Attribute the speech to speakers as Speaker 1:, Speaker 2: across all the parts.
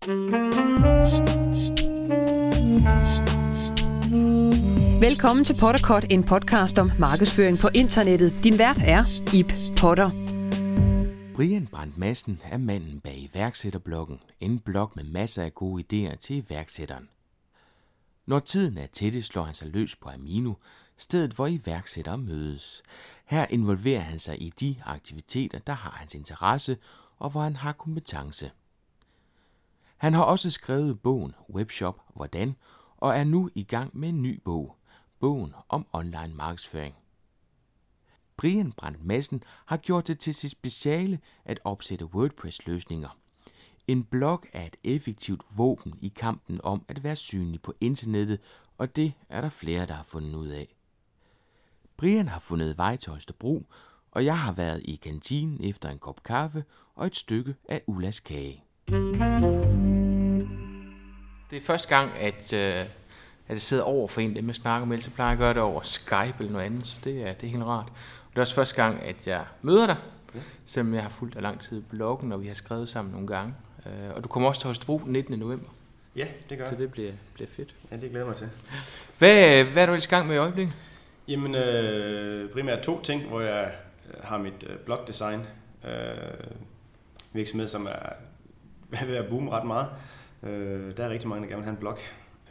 Speaker 1: Velkommen til Potterkort, en podcast om markedsføring på internettet. Din vært er Ib Potter.
Speaker 2: Brian Brandt Madsen er manden bag iværksætterbloggen, en blog med masser af gode idéer til iværksætteren. Når tiden er til det, slår han sig løs på Amino, stedet hvor iværksættere mødes. Her involverer han sig i de aktiviteter, der har hans interesse og hvor han har kompetence. Han har også skrevet bogen Webshop Hvordan og er nu i gang med en ny bog, bogen om online markedsføring. Brian Brandt Madsen har gjort det til sit speciale at opsætte WordPress-løsninger. En blog er et effektivt våben i kampen om at være synlig på internettet, og det er der flere, der har fundet ud af. Brian har fundet vej til Holstebro, og jeg har været i kantinen efter en kop kaffe og et stykke af Ullas kage. Det er første gang, at jeg sidder over for en, dem jeg snakker med, så plejer jeg at gøre det over Skype eller noget andet, så det er helt rart. Og det er også første gang, at jeg møder dig, selvom jeg har fulgt af lang tid bloggen, og vi har skrevet sammen nogle gange. Og du kommer også til Holstebro den 19. november.
Speaker 3: Ja, det gør jeg.
Speaker 2: Så det bliver fedt.
Speaker 3: Ja, det glæder mig til.
Speaker 2: Hvad er du ellers i gang med i øjeblikket?
Speaker 3: Jamen, primært 2 ting, hvor jeg har mit blogdesign virksomhed, som er ved at boome ret meget. Der er rigtig mange, der gerne vil have en blog.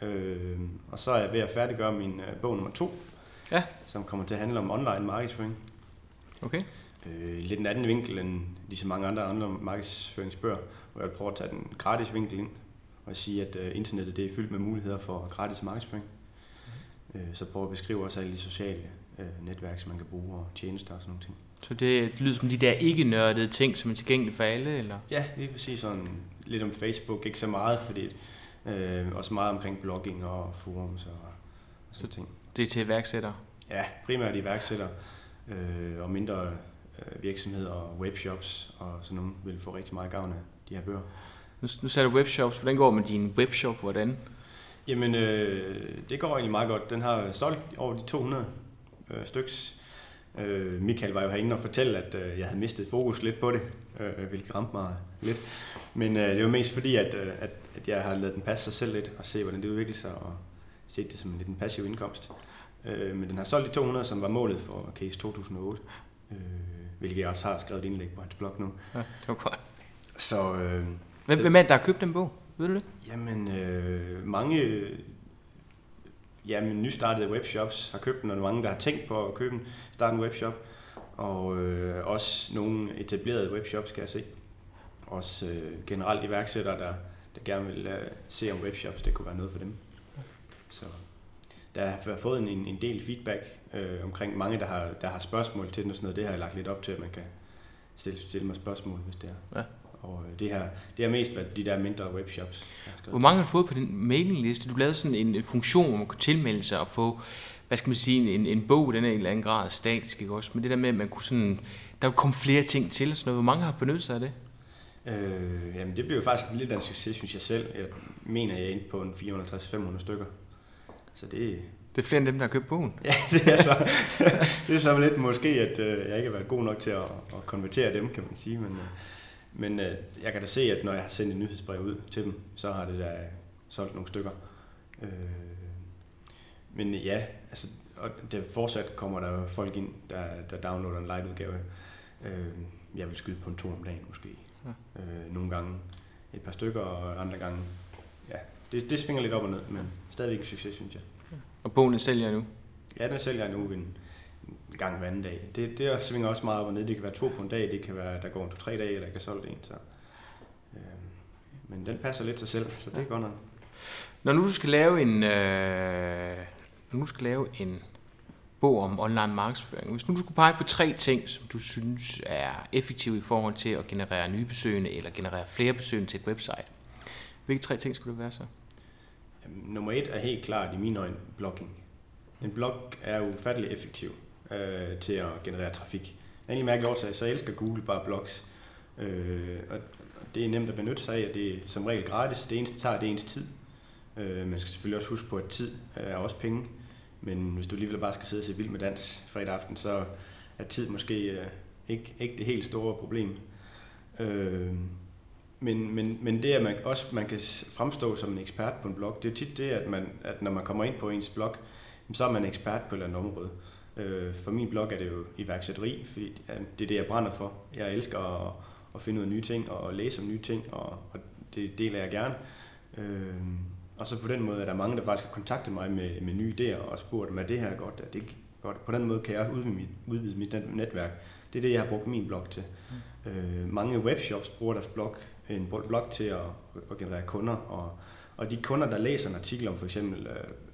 Speaker 3: Og så er jeg ved at færdiggøre min bog nummer 2, som kommer til at handle om online markedsføring.
Speaker 2: Okay.
Speaker 3: Lidt en anden vinkel end de så mange andre markedsføringsbøger, hvor jeg prøver at tage den gratis vinkel ind og sige, at internettet det er fyldt med muligheder for gratis markedsføring. Så prøver at beskrive også alle de sociale netværk, som man kan bruge, og tjenester og sådan nogle ting.
Speaker 2: Så det lyder som de der ikke-nørdede ting, som er tilgængelige for alle, eller?
Speaker 3: Ja, lige præcis sådan lidt om Facebook, ikke så meget, fordi også meget omkring blogging og forums og sådan ting.
Speaker 2: Det er til iværksættere?
Speaker 3: Ja, primært iværksættere og mindre virksomheder og webshops og sådan nogle vil få rigtig meget gavn af de her bøger.
Speaker 2: Nu sagde du webshops. Hvordan går det med din webshop? Hvordan?
Speaker 3: Jamen, det går egentlig meget godt. Den har solgt over de 200 styks. Michael var jo herinde og fortælle, at jeg havde mistet fokus lidt på det, hvilket ramte mig lidt. Men det var mest fordi, at jeg har ladet den passe sig selv lidt og se, hvordan det udvikler sig og set det som lidt en passiv indkomst. Men den har solgt de 200, som var målet for Case 2008, hvilket jeg også har skrevet et indlæg på hans blog nu.
Speaker 2: Ja, det var godt.
Speaker 3: Så,
Speaker 2: hvem er det, der har købt den bog? Ved du det?
Speaker 3: Jamen, mange nystartede webshops har købt den, og mange, der har tænkt på at købe den, starte en webshop. Og også nogle etablerede webshops, kan jeg se. Også generelt iværksættere, der gerne vil se om webshops, det kunne være noget for dem. Så der har fået en del feedback omkring mange, der har spørgsmål til den og sådan noget. Det har jeg lagt lidt op til, at man kan stille mig spørgsmål, hvis det er. Ja. Og det har mest været de der mindre webshops.
Speaker 2: Hvor mange har du fået på din mailingliste? Du lavede sådan en funktion, hvor man kunne tilmelde sig og få, hvad skal man sige, en bog, den er i en eller anden grad statisk, ikke også? Men det der med, at man kunne sådan, der kom flere ting til og sådan noget. Hvor mange har benyttet sig af det?
Speaker 3: Jamen det blev jo faktisk lidt af en succes, synes jeg selv. Jeg mener, jeg er inde på en 450-500 stykker. Så det
Speaker 2: er flere end dem, der har købt bogen?
Speaker 3: Ja, det er så lidt måske, at jeg ikke har været god nok til at konvertere dem, kan man sige. Men jeg kan da se, at når jeg har sendt et nyhedsbrev ud til dem, så har det da solgt nogle stykker. Men ja, altså, og det fortsat kommer der folk ind, der downloader en light-udgave. Jeg vil skyde på en 2 om dagen måske. Ja. Nogle gange et par stykker, og andre gange, ja, det svinger lidt op og ned, men stadigvæk en succes, synes jeg.
Speaker 2: Ja. Og bogen sælger nu?
Speaker 3: Ja, den sælger nu en gang hver anden dag. Det svinger også meget op og ned. Det kan være 2 på en dag, det kan være, der går 2-3 dage, eller jeg kan solgt en. Så. Men den passer lidt sig selv, så det er godt nok.
Speaker 2: Når nu du skal lave en bog om online markedsføring, hvis nu du skulle pege på 3 ting, som du synes er effektive i forhold til at generere nye besøgende, eller generere flere besøgende til et website, hvilke 3 ting skulle det være så?
Speaker 3: Nummer 1 er helt klart i mine øjne blogging. En blog er ufattelig effektiv til at generere trafik. Af en mærkelig årsag, så jeg elsker Google bare blogs. Og det er nemt at benytte sig af, og det er som regel gratis. Det eneste, der tager, det er ens tid. Man skal selvfølgelig også huske på, at tid er også penge. Men hvis du alligevel bare skal sidde og se Vild med Dans fredag aften, så er tid måske ikke det helt store problem. Men det, at man kan fremstå som en ekspert på en blog, det er tit det, at når man kommer ind på ens blog, så er man ekspert på et eller andet område. For min blog er det jo iværksætteri, fordi det er det, jeg brænder for. Jeg elsker at finde ud af nye ting og læse om nye ting, og det deler jeg gerne. Og så på den måde er der mange, der faktisk har kontaktet mig med nye idéer og spurgt, om det her er godt, er det ikke godt. På den måde kan jeg udvide mit netværk. Det er det, jeg har brugt min blog til. Mange webshops bruger deres en blog til at generere kunder, og de kunder, der læser en artikel om for eksempel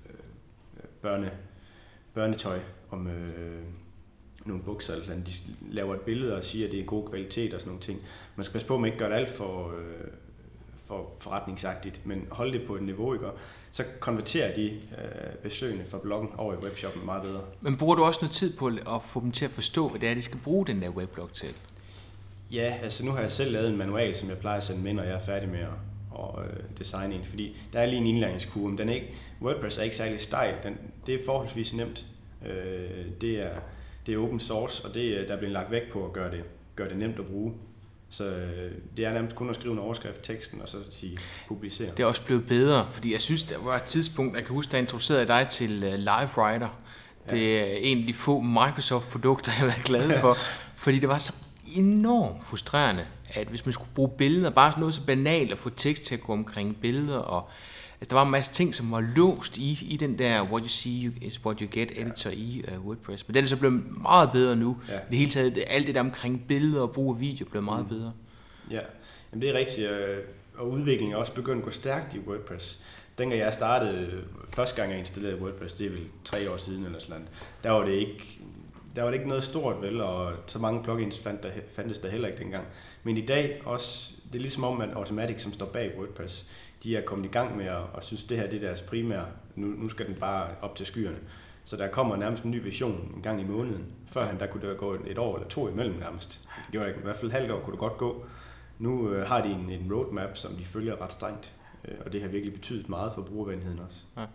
Speaker 3: børnetøj, om nogle bukser eller sådan, de laver et billede og siger, at det er god kvalitet og sådan nogle ting. Man skal passe på, at man ikke gør det alt for forretningsagtigt, men holde det på et niveau, ikke? Så konverterer de besøgende fra bloggen over i webshoppen meget bedre.
Speaker 2: Men bruger du også noget tid på at få dem til at forstå, hvad det er, de skal bruge den der webblog til?
Speaker 3: Ja, altså nu har jeg selv lavet en manual, som jeg plejer at sende med, når jeg er færdig med at designe en, fordi der er lige en indlæringskurve, men WordPress er ikke særlig stejl, det er forholdsvis nemt. Det er open source, og der er blevet lagt vægt på at gøre det nemt at bruge. Så det er nærmest kun at skrive en overskrift i teksten, og så sige publicere. Det
Speaker 2: er også blevet bedre, fordi jeg synes, der var et tidspunkt, jeg kan huske, der introducerede dig til LiveWriter. Det er en af de få Microsoft-produkter, jeg har været glad for, fordi det var så enormt frustrerende, at hvis man skulle bruge billeder, bare noget så banalt at få tekst til at gå omkring billeder, og altså, der var en masse ting, som var låst i den der what you see is what you get editor i WordPress. Men den er så blevet meget bedre nu. Ja. Det hele taget, alt det der omkring billeder og brug af video blev meget bedre.
Speaker 3: Ja, jamen, det er rigtigt, og udviklingen er også begyndt at gå stærkt i WordPress. Dengang jeg startede, første gang jeg installerede WordPress, det er vel 3 år siden eller sådan, der var det ikke noget stort, vel, og så mange plugins fandtes der heller ikke dengang. Men i dag også, det er ligesom om, at Automatic, som står bag WordPress, de er kommet i gang med at synes, det her det er deres primære. Nu skal den bare op til skyerne. Så der kommer nærmest en ny version en gang i måneden. Førhen der kunne der gå et år eller 2 imellem nærmest. Det gjorde ikke, i hvert fald halvt år kunne det godt gå. Nu har de en roadmap, som de følger ret strengt. Og det har virkelig betydet meget for brugervenligheden også. Ja.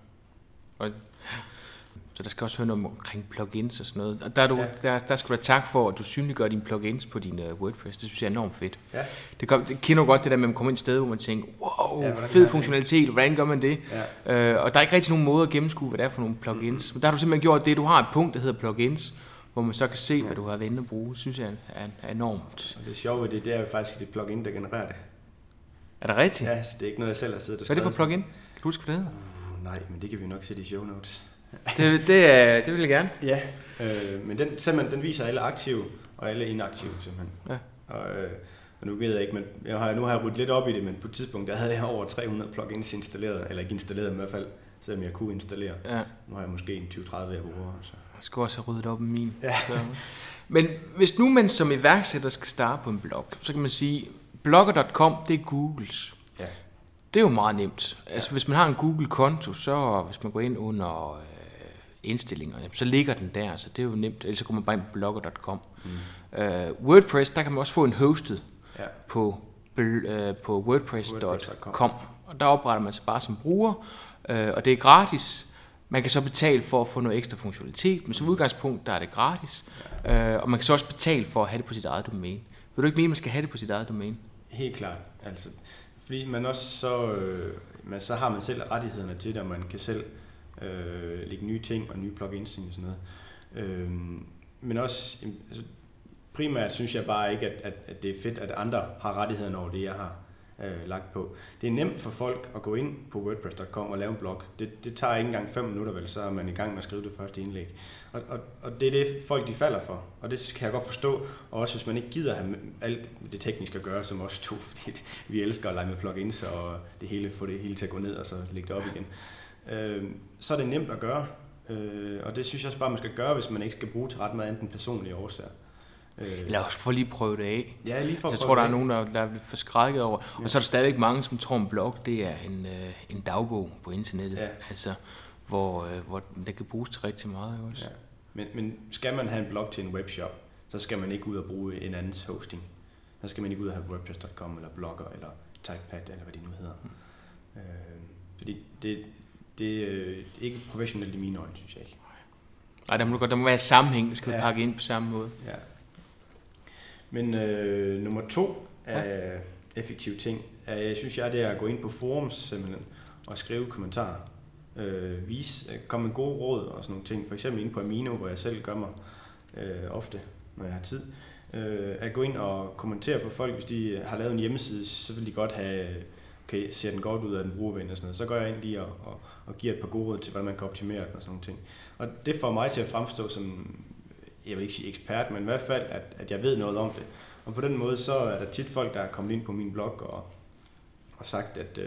Speaker 2: Så der skal også høre noget omkring plugins og sådan noget. Og der skal du have tak for, at du synliggør dine plugins på din WordPress. Det synes jeg er enormt fedt. Ja. Det kender godt det der med, at man kommer ind et sted, hvor man tænker, wow, fed funktionalitet, hvordan gør man det? Ja. Og der er ikke rigtig nogen måde at gennemskue, hvad det er for nogle plugins. Men der har du simpelthen gjort det, du har et punkt, der hedder plugins, hvor man så kan se, hvad du har været inde at bruge. Det synes jeg er enormt.
Speaker 3: Og det sjove ved det er jo faktisk det plugin, der genererer det.
Speaker 2: Er det rigtigt?
Speaker 3: Ja, så det er ikke noget, jeg selv har siddet og
Speaker 2: skrevet. Hvad er det for plugin? Kan du huske, hvad det hedder?
Speaker 3: Nej, men det kan vi nok sætte i show notes.
Speaker 2: det vil jeg gerne.
Speaker 3: Ja, men den viser alle aktive og alle inaktive simpelthen. Ja. Og nu ved jeg ikke, men nu har jeg ryddet lidt op i det, men på et tidspunkt der havde jeg over 300 plugins installeret, eller ikke installeret i hvert fald, selvom jeg kunne installere. Ja. Nu har jeg måske en 20-30 jeg bruger. Så.
Speaker 2: Jeg skal også have ryddet op i min. Ja. Men hvis nu man som iværksætter skal starte på en blog, så kan man sige, blogger.com, det er Googles. Ja. Det er jo meget nemt. Altså hvis man har en Google-konto, så hvis man går ind under indstillinger, så ligger den der, så det er jo nemt. Ellers så kommer man bare ind på blogger.com. WordPress, der kan man også få en hosted på wordpress.com. Og der opretter man sig bare som bruger, og det er gratis. Man kan så betale for at få noget ekstra funktionalitet, men som udgangspunkt, der er det gratis. Og man kan så også betale for at have det på sit eget domæne. Vil du ikke mene, at man skal have det på sit eget domæne?
Speaker 3: Helt klart. Altså, fordi man også så har man selv rettighederne til det, og man kan selv lægge nye ting og nye plugins og sådan noget. Men også altså, primært synes jeg bare ikke, at det er fedt, at andre har rettighederne over det, jeg har lagt på. Det er nemt for folk at gå ind på wordpress.com og lave en blog. Det tager ikke engang 5 minutter, vel, så er man i gang med at skrive det første indlæg. Og det er det, folk de falder for. Og det kan jeg godt forstå. Og også hvis man ikke gider have alt det tekniske at gøre, som også to, fordi vi elsker at lege med plugins og få det hele til at gå ned og så lægge det op igen. Så er det nemt at gøre. Og det synes jeg også bare, man skal gøre, hvis man ikke skal bruge til ret meget enten personlige årsager.
Speaker 2: Lad os få lige prøve det af.
Speaker 3: Ja, lige for
Speaker 2: så jeg tror, der er nogen, der er forskrækket over. Ja. Og så er der stadigvæk mange, som tror, en blog det er en dagbog på internettet. Ja. Altså, hvor det kan bruges til rigtig meget. Også.
Speaker 3: Ja. Men skal man have en blog til en webshop, så skal man ikke ud og bruge en andens hosting. Så skal man ikke ud og have wordpress.com eller Blogger eller Typepad eller hvad det nu hedder. Fordi det er ikke professionelt i mine øjne, synes jeg ikke.
Speaker 2: Nej, der må være sammenhæng, det skal vi pakke ind på samme måde.
Speaker 3: Ja. Men nummer 2 er effektiv ting. Jeg synes, det er at gå ind på forums simpelthen og skrive kommentarer. Komme med gode råd og sådan nogle ting. For eksempel inde på Amino, hvor jeg selv gør mig ofte, når jeg har tid. At gå ind og kommentere på folk, hvis de har lavet en hjemmeside, så vil de godt have, okay, ser den godt ud af den brugerven og sådan noget. Så går jeg ind lige og giver et par gode råd til, hvordan man kan optimere den og sådan nogle ting. Og det får mig til at fremstå som, jeg vil ikke sige ekspert, men i hvert fald, at jeg ved noget om det. Og på den måde, så er der tit folk, der er kommet ind på min blog og sagt, at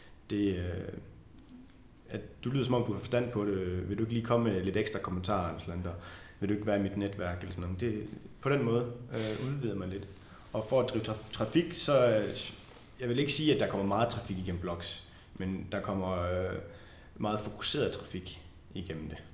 Speaker 3: at du lyder som om, du har forstand på det. Vil du ikke lige komme med lidt ekstra kommentarer eller sådan noget? Vil du ikke være i mit netværk eller sådan noget? På den måde udvider man lidt. Og for at drive trafik, så jeg vil ikke sige, at der kommer meget trafik igennem blogs, men der kommer meget fokuseret trafik igennem det.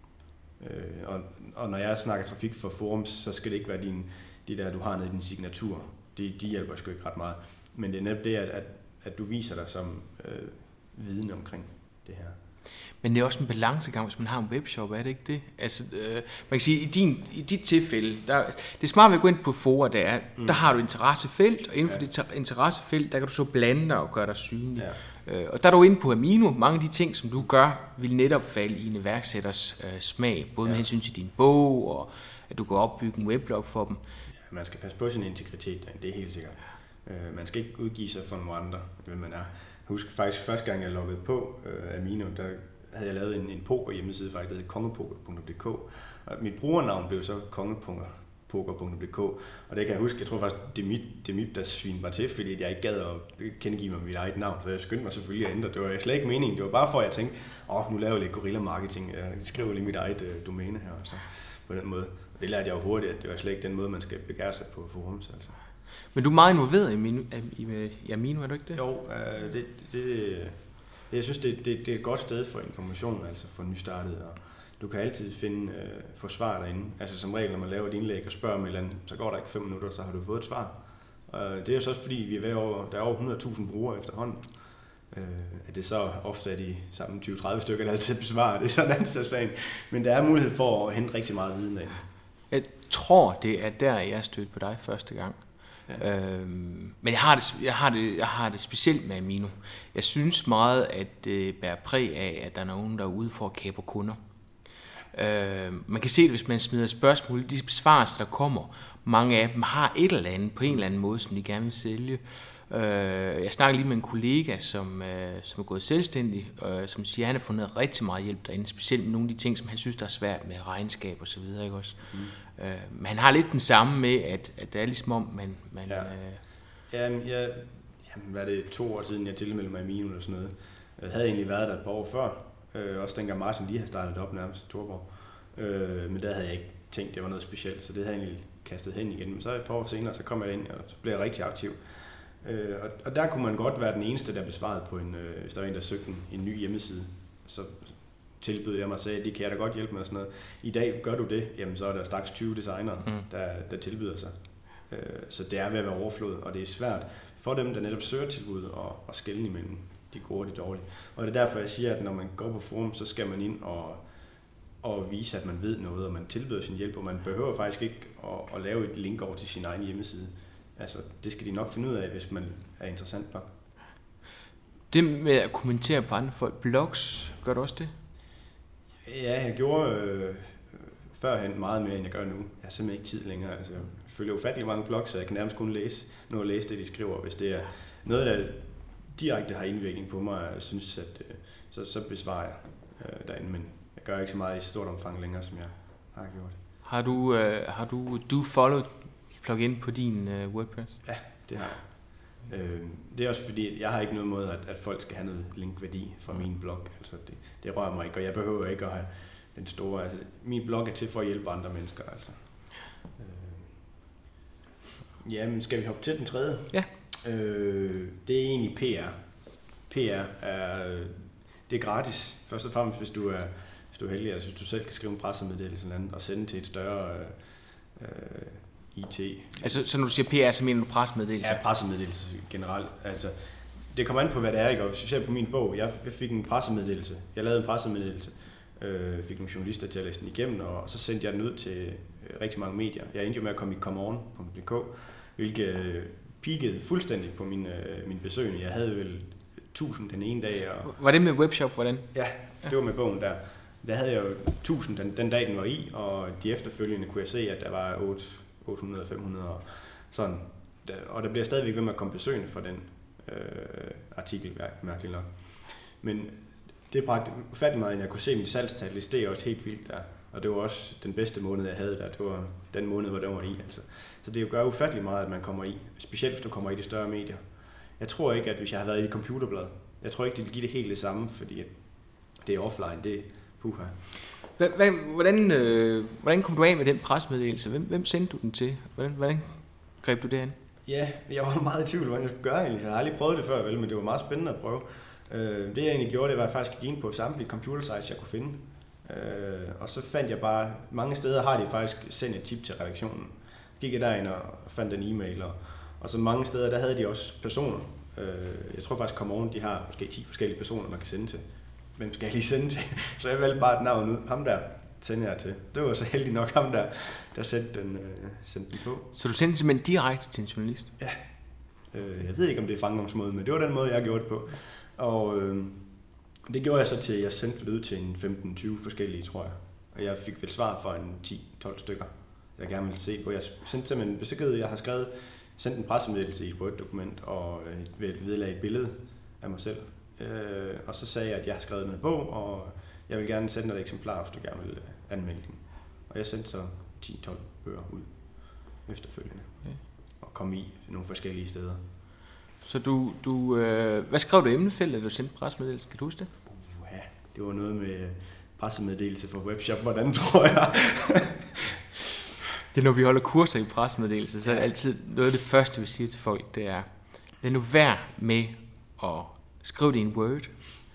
Speaker 3: Og når jeg snakker trafik for forums, så skal det ikke være de der, du har nede i din signatur. De hjælper sgu ikke ret meget. Men det er netop det, at du viser dig som viden omkring det her.
Speaker 2: Men det er også en balancegang, hvis man har en webshop, er det ikke det? Altså, man kan sige, i dit tilfælde, det er smart ved at gå ind på fora, der har du interessefelt, og inden for det interessefelt, der kan du så blande dig og gøre dig synlig. Ja. Og der er du inde på Amino, mange af de ting, som du gør, vil netop falde i en iværksætters smag, både med hensyn til din bog, og at du kan opbygge en weblog for dem.
Speaker 3: Ja, man skal passe på sin integritet, det er helt sikkert. Man skal ikke udgive sig for nogle andre, hvem man er. Jeg husker faktisk første gang, jeg loggede på Amino, der havde jeg lavet en poker hjemmeside, faktisk, der hed kongepoker.dk. Og mit brugernavn blev så kongepoker.dk. Og det kan jeg huske, jeg tror faktisk, Demip, der svin var til, fordi jeg ikke gad at kendegive mig mit eget navn, så jeg skyndte mig selvfølgelig at ændre. Det var slet ikke meningen, det var bare for, at jeg tænkte, nu laver jeg lidt guerilla marketing, jeg skriver lige mit eget domæne her, og så på den måde. Og det lærte jeg jo hurtigt, at det var slet ikke den måde, man skal begære sig på forums, altså.
Speaker 2: Men du er meget involveret i Amino, er du ikke det?
Speaker 3: Jo, jeg synes, det er et godt sted for information, altså for nystartede, og du kan altid få svar derinde. Altså som regel, når man laver et indlæg og spørger om et eller andet, så går der ikke 5 minutter, så har du fået et svar. Og det er jo så også fordi, der er over 100.000 brugere efterhånden. At det så ofte er de samme 20-30 stykker, der altid besvarer, det er sådan en anden sagen. Men der er mulighed for at hente rigtig meget viden derinde.
Speaker 2: Jeg tror, det er der, jeg stødte på dig første gang. Ja. Men jeg har det specielt med Amino. Jeg synes meget, at det bærer præg af, at der er nogen, der er ude for at kapre kunder. Man kan se det, hvis man smider spørgsmål. De besvarelser, der kommer, mange af dem har et eller andet på en eller anden måde, som de gerne vil sælge. Jeg snakker lige med en kollega, som er gået selvstændig, som siger, at han har fundet rigtig meget hjælp derinde, specielt med nogle af de ting, som han synes, der er svært med regnskab og så videre, ikke også? Men han har lidt den samme med, at det er ligesom om, man
Speaker 3: Jamen, hvad er det, 2 år siden, jeg tilmeldte mig i Amino og sådan noget. Jeg havde egentlig været der et par år før, også dengang Martin lige havde startet op nærmest i Torborg. Men der havde jeg ikke tænkt, det var noget specielt, så det havde jeg egentlig kastet hen igen. Men så et par år senere, så kom jeg ind, og så blev jeg rigtig aktiv. Og der kunne man godt være den eneste, der besvarede på hvis der var en, der søgte en ny hjemmeside. Så tilbød jeg mig og sagde, det kan jeg da godt hjælpe med og sådan noget. I dag gør du det, jamen så er der straks 20 designere, der tilbyder sig. Så det er ved at være overflod, og det er svært for dem, der netop søger tilbud og skelne imellem de gode og de dårlige. Og det er derfor, jeg siger, at når man går på forum, så skal man ind og vise, at man ved noget, og man tilbyder sin hjælp, og man behøver faktisk ikke at lave et link over til sin egen hjemmeside. Altså, det skal de nok finde ud af, hvis man er interessant nok.
Speaker 2: Det med at kommentere på andre folk, blogs, gør du også det?
Speaker 3: Ja, jeg gjorde førhen meget mere, end jeg gør nu. Jeg har simpelthen ikke tid længere. Altså, jeg følger ufattelig mange blogs, så jeg kan nærmest kun læse det, de skriver. Hvis det er noget, der direkte har indvirkning på mig, jeg synes, at så besvarer jeg derinde. Men jeg gør ikke så meget i stort omfang længere, som jeg har gjort.
Speaker 2: Har du follow plugin på din WordPress?
Speaker 3: Ja, det har jeg. Det er også fordi, jeg har ikke noget måde, at folk skal have noget linkværdi fra min blog. Altså det rører mig ikke, og jeg behøver ikke at have den store. Altså, min blog er til for at hjælpe andre mennesker. Altså. Men skal vi hoppe til den tredje?
Speaker 2: Ja.
Speaker 3: Det er egentlig PR. PR det er gratis. Først og fremmest, hvis du er heldig, altså hvis du selv kan skrive en pressemeddelelse eller andet, og sende til et større IT.
Speaker 2: Altså, så når du siger PR, så mener du pressemeddelelse?
Speaker 3: Ja, pressemeddelelse generelt. Altså, det kommer an på, hvad det er, ikke? Og hvis vi ser på min bog, jeg fik en pressemeddelelse. Jeg lavede en pressemeddelelse, fik nogle journalister til at læse den igennem, og så sendte jeg den ud til rigtig mange medier. Jeg endte jo med at komme i comeon.dk, hvilket peakede fuldstændig på min besøgende. Jeg havde vel 1000 den ene dag. Og
Speaker 4: var det med webshop, hvordan?
Speaker 3: Ja, det var med bogen der. Der havde jeg jo 1000 den dag, den var i, og de efterfølgende kunne jeg se, at der var 800, 500 og sådan. Og der bliver stadigvæk ved med at komme besøgende for den artikel, mærkeligt nok. Men det bragte fat i mig, at jeg kunne se mit salgstal, det steg også helt vildt der. Og det var også den bedste måned, jeg havde der. Det var den måned, hvor den var i. Altså. Så det gør ufattelig meget, at man kommer i. Specielt hvis du kommer i de større medier. Jeg tror ikke, at hvis jeg havde været i et computerblad, jeg tror ikke, det vil give det helt det samme, fordi det er offline, det er puha.
Speaker 4: Hvordan kom du af med den pressemeddelelse? Hvem sendte du den til? Hvordan greb du det an?
Speaker 3: Ja, jeg var meget i tvivl, hvordan jeg skulle gøre egentlig. Jeg har aldrig prøvet det før, vel, men det var meget spændende at prøve. Det jeg egentlig gjorde, det var, at jeg faktisk gik ind på samtlige computersites, jeg kunne finde. Og så fandt jeg bare, mange steder har de faktisk sendt et tip til redaktionen. Så gik jeg derind og fandt en e-mail, og så mange steder, der havde de også personer. Jeg tror faktisk, ComeOn, de har måske 10 forskellige personer, man kan sende til. Hvem skal jeg lige sende til? Så jeg valgte bare et navn ud. Ham der sender jeg til. Det var så heldig nok ham der sendte den på.
Speaker 4: Så du sendte simpelthen direkte til en journalist?
Speaker 3: Ja. Jeg ved ikke, om det er fremgangsmåde, men det var den måde, jeg gjorde det på. Og det gjorde jeg så til, jeg sendte det ud til en 15-20 forskellige, tror jeg. Og jeg fik vel svar fra en 10-12 stykker, jeg gerne ville se på. Jeg sendte simpelthen en besked, jeg har sendt en pressemeddelelse i et Word-dokument og vedlagde et billede af mig selv. Og så sagde jeg, at jeg har skrevet en bog, og jeg vil gerne sende dig et eksemplar, hvis du gerne vil anmelde den. Og jeg sendte så 10-12 bøger ud efterfølgende. Okay. Og kom i nogle forskellige steder.
Speaker 4: Så hvad skrev du i emnefeltet, da du sendte pressemeddelelse? Kan du huske det?
Speaker 3: Ja, det var noget med pressemeddelelse for webshop. Hvordan tror jeg?
Speaker 4: Det er, når vi holder kurser i pressemeddelelse, så er det altid noget af det første, vi siger til folk, det er, lad nu være med at skrive det i en Word,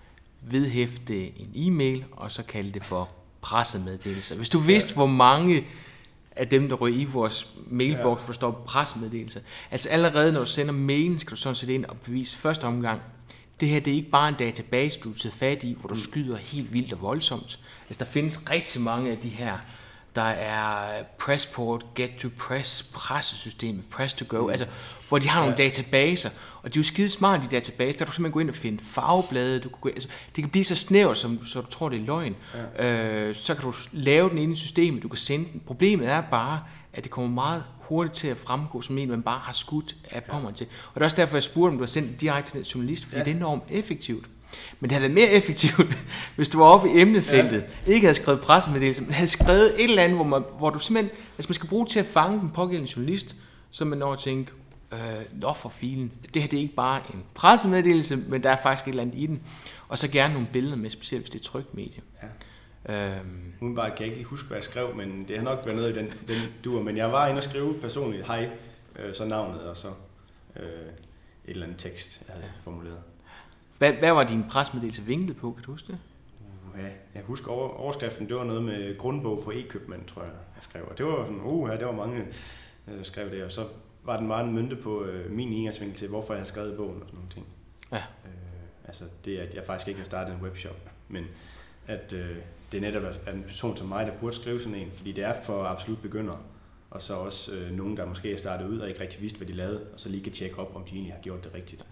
Speaker 4: vedhæfte en e-mail, og så kalde det for pressemeddelelse. Hvis du vidste, hvor mange af dem, der ryger i vores mailbox, forstår pressemeddelelse. Altså allerede, når du sender mailen, skal du sådan set ind og bevise første omgang. Det her, det er ikke bare en database, du er taget fat i, hvor du skyder helt vildt og voldsomt. Altså der findes rigtig mange af de her. Der er Pressport, Get to Press, pressesystemet, Press to Go, altså hvor de har nogle databaser, og de er jo skide smart, de databaser, der du simpelthen gå ind og finde farveblade, altså, det kan blive så snævert, så du tror, det er løgn. Så kan du lave den inde i systemet, du kan sende den. Problemet er bare, at det kommer meget hurtigt til at fremgå som en, man bare har skudt af pommeren til. Og det er også derfor, jeg spurgte, om du har sendt den direkte til den journalist, fordi det er enormt effektivt. Men det havde været mere effektivt, hvis du var oppe i emnefeltet, ikke havde skrevet pressemeddelelse, men havde skrevet et eller andet, hvor du simpelthen, hvis man skal bruge til at fange den pågældende journalist, så man når at tænke, for filen, det her det er ikke bare en pressemeddelelse, men der er faktisk et eller andet i den. Og så gerne nogle billeder med, specielt hvis det er trykt medie.
Speaker 3: Ja. Udenbart kan jeg ikke lige huske, hvad jeg skrev, men det har nok været noget i den dur. Men jeg var inde og skrive personligt, hej, så navnet, og så et eller andet tekst, jeg havde formuleret.
Speaker 4: Hvad var din pressemeddelelse vinklet på, kan du huske det?
Speaker 3: Ja, jeg husker overskriften, det var noget med grundbog for e-købmand, tror jeg skrev. Og det var sådan, det var mange, der skrev det, og så var den meget mønte på min indgangsvinkel til, hvorfor jeg havde skrevet bogen og sådan nogle ting.
Speaker 4: Ja.
Speaker 3: Altså det, at jeg faktisk ikke har startet en webshop, men at det netop er en person som mig, der burde skrive sådan en, fordi det er for absolut begyndere, og så også nogen, der måske er startet ud og ikke rigtig vidste, hvad de lavede, og så lige kan tjekke op, om de egentlig har gjort det rigtigt.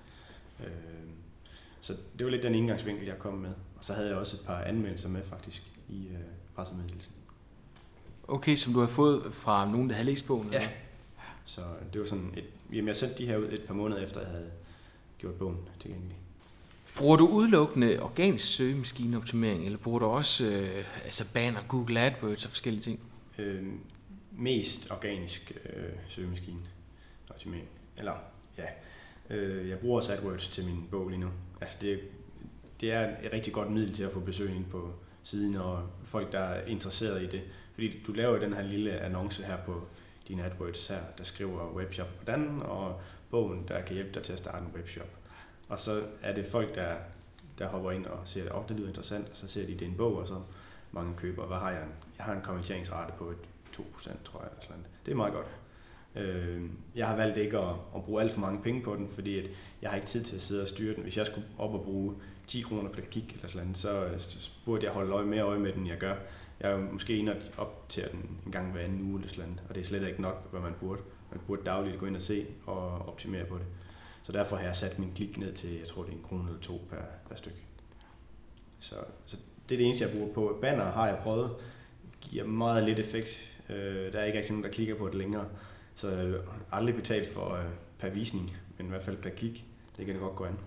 Speaker 3: Så det var lidt den indgangsvinkel, jeg kom med. Og så havde jeg også et par anmeldelser med faktisk i pressemeddelelsen.
Speaker 4: Okay, som du har fået fra nogen, der havde læst bogen?
Speaker 3: Ja. Så det var sådan jeg sendte de her ud et par måneder efter, jeg havde gjort bogen tilgængelig.
Speaker 4: Bruger du udelukkende organisk søgemaskineoptimering, eller bruger du også banner, Google AdWords og forskellige ting?
Speaker 3: Mest organisk søgemaskineoptimering. Eller, ja. Jeg bruger også AdWords til min bog lige nu. Altså det er et rigtig godt middel til at få besøg ind på siden, og folk, der er interesseret i det. Fordi du laver den her lille annonce her på din AdWords her, der skriver webshop hvordan, og bogen, der kan hjælpe dig til at starte en webshop. Og så er det folk, der hopper ind og siger, at det lyder interessant, og så ser de, det er en bog, og så mange køber. Hvad har jeg? Jeg har en konverteringsrate på 2%, tror jeg. Eller sådan. Det er meget godt. Jeg har valgt ikke at bruge alt for mange penge på den, fordi at jeg har ikke tid til at sidde og styre den. Hvis jeg skulle op og bruge 10 kroner per klik eller sådan, så burde jeg holde mere øje med den, jeg gør. Jeg er måske inde og optager den en gang hver anden uge eller sådan, og det er slet ikke nok, hvad man burde. Man burde dagligt gå ind og se og optimere på det. Så derfor har jeg sat min klik ned til, jeg tror det er 1 krone eller 2 per stykke. Så det er det eneste, jeg bruger på. Banner har jeg prøvet, giver meget lidt effekt. Der er ikke rigtig nogen, der klikker på det længere. Så jeg har aldrig betalt for per visning, men i hvert fald per klik. Det kan det godt gå an.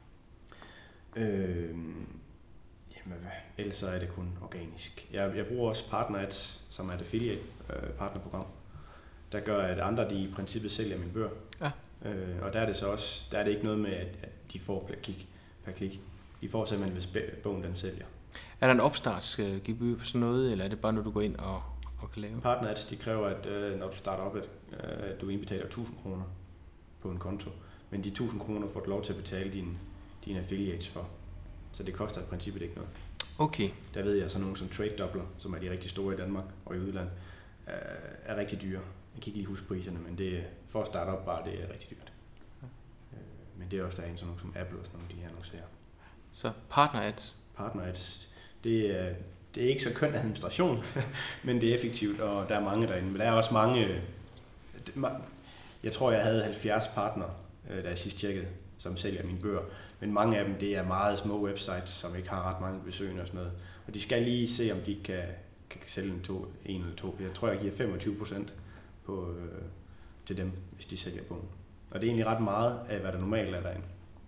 Speaker 3: Ellers så er det kun organisk. Jeg bruger også Partner Ads, som er et affiliate partnerprogram, der gør, at andre de i princippet sælger mine bøger. Ja. Og der er det så også, der er det ikke noget med, at de får per klik. De får simpelthen, hvis bogen den sælger.
Speaker 4: Er der en opstartsgebyr på sådan noget, eller er det bare noget, du går ind og kan lave?
Speaker 3: Partner Ads, de kræver, at når du starter op, at du indbetaler 1.000 kroner på en konto. Men de 1.000 kroner får du lov til at betale dine affiliates for. Så det koster i princippet ikke noget.
Speaker 4: Okay.
Speaker 3: Der ved jeg så nogen som Trade Doubler, som er de rigtig store i Danmark og i udlandet, er rigtig dyre. Jeg kan ikke lige huske priserne, men det for at starte op bare, det er rigtig dyrt. Men det er også der en sådan nogen som Apple og sådan nogle, de annoncerer.
Speaker 4: Så Partner Ads?
Speaker 3: Partner Ads, det er ikke så køn administration, men det er effektivt, og der er mange derinde. Men der er også mange, jeg tror jeg havde 70 partnere, da jeg sidst tjekkede, som sælger mine bøger. Men mange af dem, det er meget små websites, som ikke har ret mange besøgende og sådan noget. Og de skal lige se, om de kan sælge en eller to. Jeg tror, jeg giver 25% til dem, hvis de sælger bogen. Og det er egentlig ret meget af, hvad der normalt er derinde.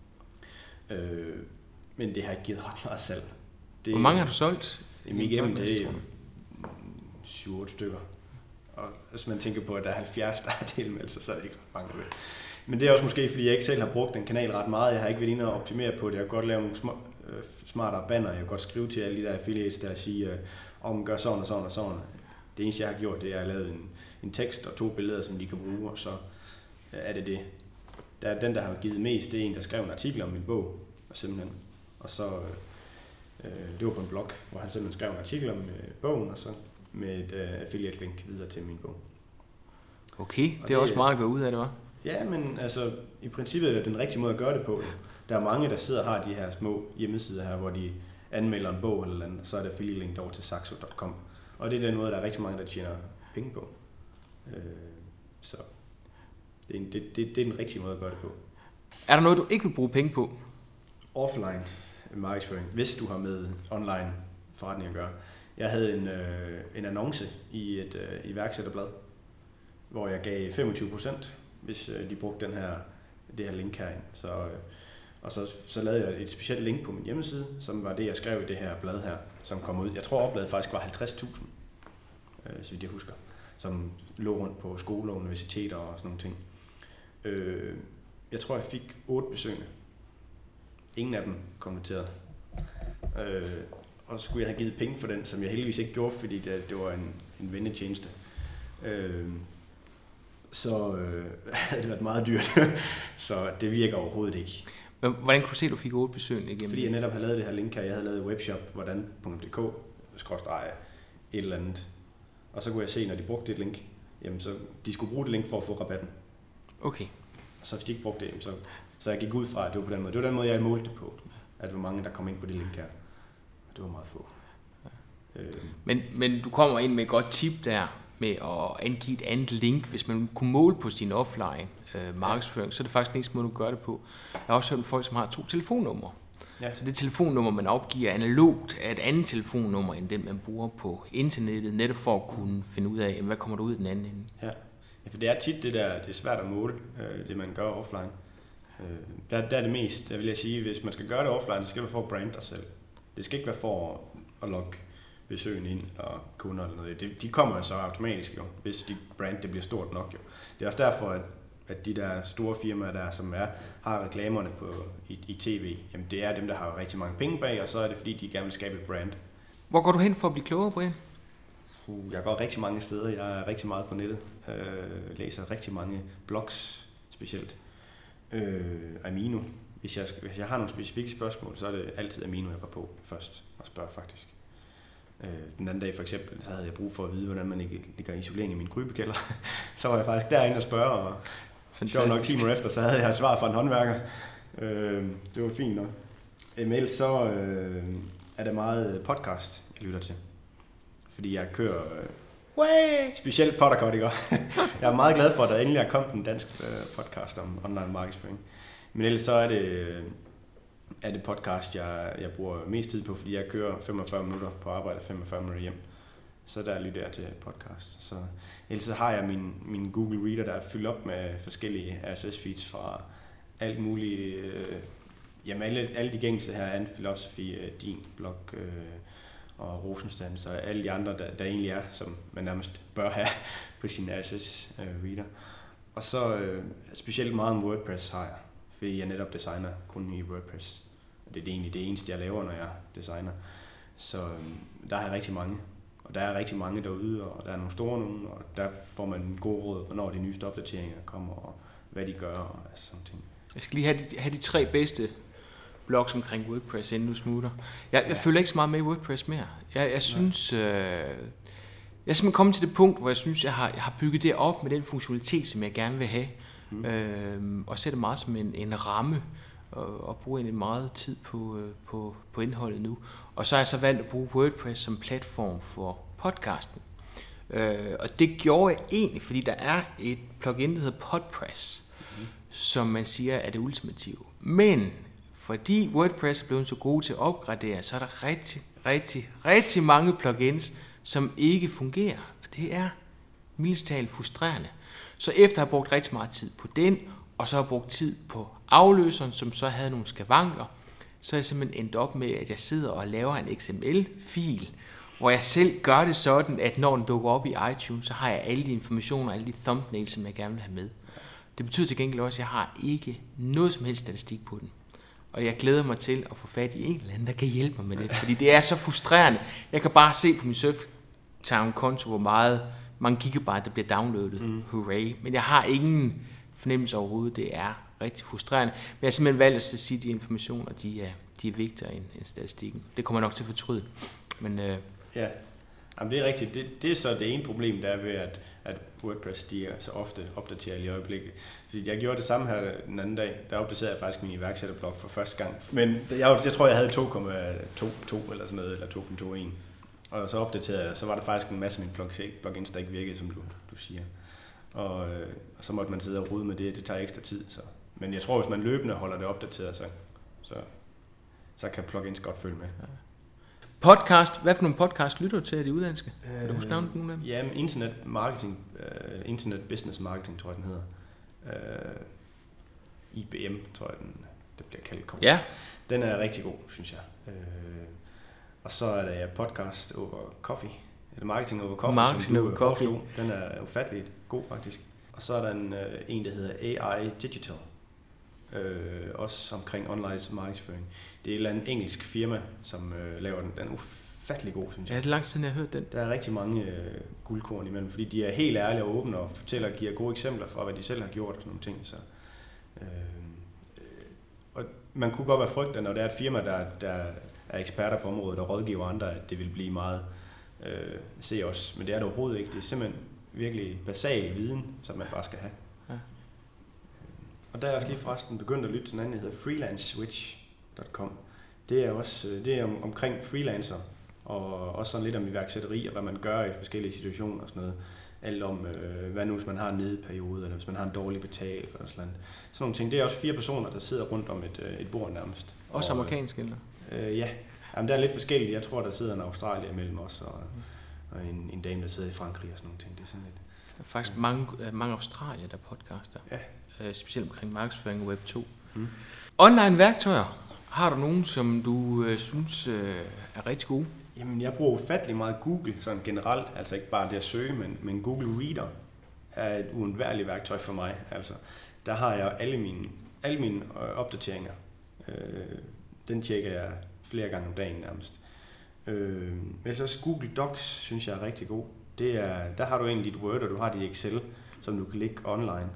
Speaker 3: Men det har ikke givet ret meget salg.
Speaker 4: Hvor mange har du solgt?
Speaker 3: Igennem det er 7-8 stykker. Og hvis man tænker på, at der er 70, der er tilmeldelser, så er det ikke ret mange ved. Men det er også måske, fordi jeg ikke selv har brugt den kanal ret meget. Jeg har ikke været inde og optimere på det. Jeg kan godt lave nogle smartere banner. Jeg kan godt skrive til alle de der affiliates, der siger, om gør sådan og sådan og sådan. Det eneste, jeg har gjort, det er at lave en tekst og 2 billeder, som de kan bruge, og så er det. Der er den, der har givet mest, det er en, der skrev en artikel om min bog, og simpelthen. Og så, det var på en blog, hvor han simpelthen skrev en artikel om bogen, og så med et affiliate-link videre til min bog.
Speaker 4: Okay, det er også meget at gå ud af det, hva'?
Speaker 3: Ja, men altså, i princippet er det den rigtige måde at gøre det på. Der er mange, der sidder og har de her små hjemmesider her, hvor de anmelder en bog eller andet, så er det affiliate-link over til saxo.com. Og det er den måde, der er rigtig mange, der tjener penge på. Så det er den rigtige måde at gøre det på.
Speaker 4: Er der noget, du ikke vil bruge penge på?
Speaker 3: Offline markedsføring, hvis du har med online forretning at gøre. Jeg havde en annonce i et iværksætterblad, hvor jeg gav 25%, hvis de brugte det her link herind. Så lavede jeg et specielt link på min hjemmeside, som var det, jeg skrev i det her blad her, som kom ud. Jeg tror, oplaget faktisk var 50.000, så vidt jeg husker, som lå rundt på skoler og universiteter og sådan nogle ting. Jeg tror, jeg fik 8 besøgende. Ingen af dem konverterede. Og så skulle jeg have givet penge for den, som jeg heldigvis ikke gjorde, fordi det var en vennetjeneste. Så havde det været meget dyrt. Så det virker overhovedet ikke.
Speaker 4: Men hvordan kunne du se, at du fik 8 besøgende igennem?
Speaker 3: Fordi jeg netop havde lavet det her link her. Jeg havde lavet webshop, hvordan.dk, / et eller andet. Og så kunne jeg se, når de brugte et link, jamen så de skulle bruge det link for at få rabatten.
Speaker 4: Okay.
Speaker 3: Og så hvis de ikke brugte det, så jeg gik ud fra, at det var på den måde. Det var den måde, jeg målte det på. At hvor mange, der kom ind på det link her. Og det var meget få.
Speaker 4: Ja. Men du kommer ind med et godt tip der, med at angive et andet link. Hvis man kunne måle på sin offline markedsføring, så er det faktisk den eneste måde, du gør det på. Jeg har også hørt om folk, som har 2 telefonnumre. Ja. Så det telefonnummer, man opgiver analogt, er et andet telefonnummer, end den, man bruger på internettet, netop for at kunne finde ud af, hvad kommer der ud i den anden ende.
Speaker 3: Ja, for det er tit det der, det er svært at måle, det man gør offline. Der er det mest, der vil jeg sige, hvis man skal gøre det offline, det skal være for at brande dig selv. Det skal ikke være for at logge besøgende ind og kunder eller noget. De kommer så automatisk jo, hvis de brand det bliver stort nok jo. Det er også derfor, at de der store firmaer der, som har reklamerne i tv, jamen det er dem, der har rigtig mange penge bag, og så er det fordi, de gerne vil skabe et brand.
Speaker 4: Hvor går du hen for at blive klogere, Brian?
Speaker 3: Jeg går rigtig mange steder. Jeg er rigtig meget på nettet. Læser rigtig mange blogs, specielt. Amino. Hvis jeg har nogle specifikke spørgsmål, så er det altid Amino, jeg går på først og spørger faktisk. Den anden dag for eksempel, så havde jeg brug for at vide, hvordan man ligger isolering i min krybekælder. Så var jeg faktisk derinde og spørge, og sjovt nok timer efter, så havde jeg et svar fra en håndværker. Det var fint nok. Ellers så er det meget podcast, jeg lytter til. Fordi jeg kører Specielt Potterkort, ikke? Jeg er meget glad for, at der endelig er kommet en dansk podcast om online markedsføring. Men ellers så er det podcast, jeg bruger mest tid på, fordi jeg kører 45 minutter på arbejde og 45 minutter hjem. Så der lytter jeg til podcast. Så ellers så har jeg min Google Reader, der er fyldt op med forskellige RSS-feeds fra alt muligt. Alle de gængse her, Ant Philosophy, din blog og Rosenstans og alle de andre, der egentlig er, som man nærmest bør have på sin RSS-reader. Og så specielt meget om WordPress har jeg, fordi jeg netop designer kun i WordPress. Det er egentlig det eneste, jeg laver, når jeg designer. Så der har jeg rigtig mange. Og der er rigtig mange derude, og der er nogle store nogen, og der får man en god råd, hvornår de nyeste opdateringer kommer, og hvad de gør, og sådan ting. Jeg skal lige
Speaker 4: have de 3 bedste blogs omkring WordPress, inden du smutter. Jeg følger ikke så meget med i WordPress mere. Jeg synes, jeg er simpelthen kommet til det punkt, hvor jeg synes, jeg har bygget det op med den funktionalitet, som jeg gerne vil have, og sætter meget som en ramme, og bruger egentlig meget tid på indholdet nu. Og så har jeg så valgt at bruge WordPress som platform for podcasten. Og det gjorde jeg egentlig, fordi der er et plugin, der hedder Podpress, som man siger er det ultimative. Men fordi WordPress er blevet så god til at opgradere, så er der rigtig mange plugins, som ikke fungerer. Og det er mildest talt frustrerende. Så efter at have brugt rigtig meget tid på den, og så har jeg brugt tid på afløseren, som så havde nogle skavanker, så er jeg simpelthen endt op med, at jeg sidder og laver en XML-fil, hvor jeg selv gør det sådan, at når den dukker op i iTunes, så har jeg alle de informationer, alle de thumbnails, som jeg gerne vil have med. Det betyder til gengæld også, at jeg har ikke noget som helst statistik på den. Og jeg glæder mig til at få fat i en eller anden, der kan hjælpe mig med det, fordi det er så frustrerende. Jeg kan bare se på min Surftown-konto, hvor mange gigabyte, der bliver downloadet. Hooray. Men jeg har ingen fornemmelse overhovedet. Det er rigtig frustrerende. Men jeg har simpelthen valgt at sige, at de informationer, de er vigtigere end statistikken. Det kommer jeg nok til at fortryde. Men,
Speaker 3: ja, jamen, det er rigtigt. Det er så det ene problem, der er ved, at WordPress de så ofte opdaterer i øjeblikket. Fordi jeg gjorde det samme her den anden dag. Der opdaterede jeg faktisk min iværksætterblog for første gang. Men jeg tror, jeg havde 2,22 eller sådan noget, eller 2,21. Og så opdaterede jeg, så var der faktisk en masse af mine plugins, der ikke virkede, som du siger. Og så måtte man sidde og rode med det. Det tager ekstra tid. Så. Men jeg tror, hvis man løbende holder det opdateret, så kan plugins godt følge med. Ja.
Speaker 4: Podcast. Hvad for nogle podcast lytter du til af de udlandske? Kan du huske navnet på nogle af dem?
Speaker 3: Ja, internet marketing, internet business marketing, tror jeg den hedder. IBM, tror jeg det bliver kaldt.
Speaker 4: Ja.
Speaker 3: Den er rigtig god, synes jeg. Og så er der podcast over coffee, eller marketing over coffee.
Speaker 4: Marketing over coffee.
Speaker 3: Den er ufatteligt god, faktisk. Og så er der en der hedder AI Digital. Også omkring online markedsføring. Det er et eller andet engelsk firma, som laver den. Den er ufattelig god, synes jeg.
Speaker 4: Ja, det er lang siden, jeg har hørt den.
Speaker 3: Der er rigtig mange guldkorn imellem, fordi de er helt ærlige og åbne og fortæller og giver gode eksempler fra, hvad de selv har gjort og sådan nogle ting. Så, og man kunne godt være frygtet, når det er et firma, der er eksperter på området og rådgiver andre, at det vil blive meget se os. Men det er det overhovedet ikke. Det er simpelthen virkelig basal viden, som man bare skal have. Ja. Og der er også lige forresten begyndt at lytte til en anden, der hedder freelanceswitch.com. Det er også omkring freelancer, og også sådan lidt om iværksætteri, og hvad man gør i forskellige situationer og sådan noget. Alt om, hvad nu hvis man har en nedeperiode, eller hvis man har en dårlig betal, eller sådan noget. Sådan nogle ting. Det er også 4 personer, der sidder rundt om et bord nærmest.
Speaker 4: Også amerikansk, eller?
Speaker 3: Ja. Jamen, der er lidt forskelligt. Jeg tror, der sidder en Australier mellem os, og en dame, der sidder i Frankrig og sådan nogle ting. Det er sådan lidt.
Speaker 4: Der er faktisk mange australier, der podcaster. Ja. Specielt omkring markedsføring og Web 2. Online værktøjer. Har du nogen, som du synes er rigtig gode?
Speaker 3: Jamen, jeg bruger ufattelig meget Google sådan generelt. Altså ikke bare det at søge, men Google Reader er et uundværligt værktøj for mig. Altså, der har jeg alle mine opdateringer. Den tjekker jeg flere gange om dagen nærmest. Ellers også Google Docs synes jeg er rigtig god. Der har du egentlig dit Word, og du har dit Excel, som du kan lægge online.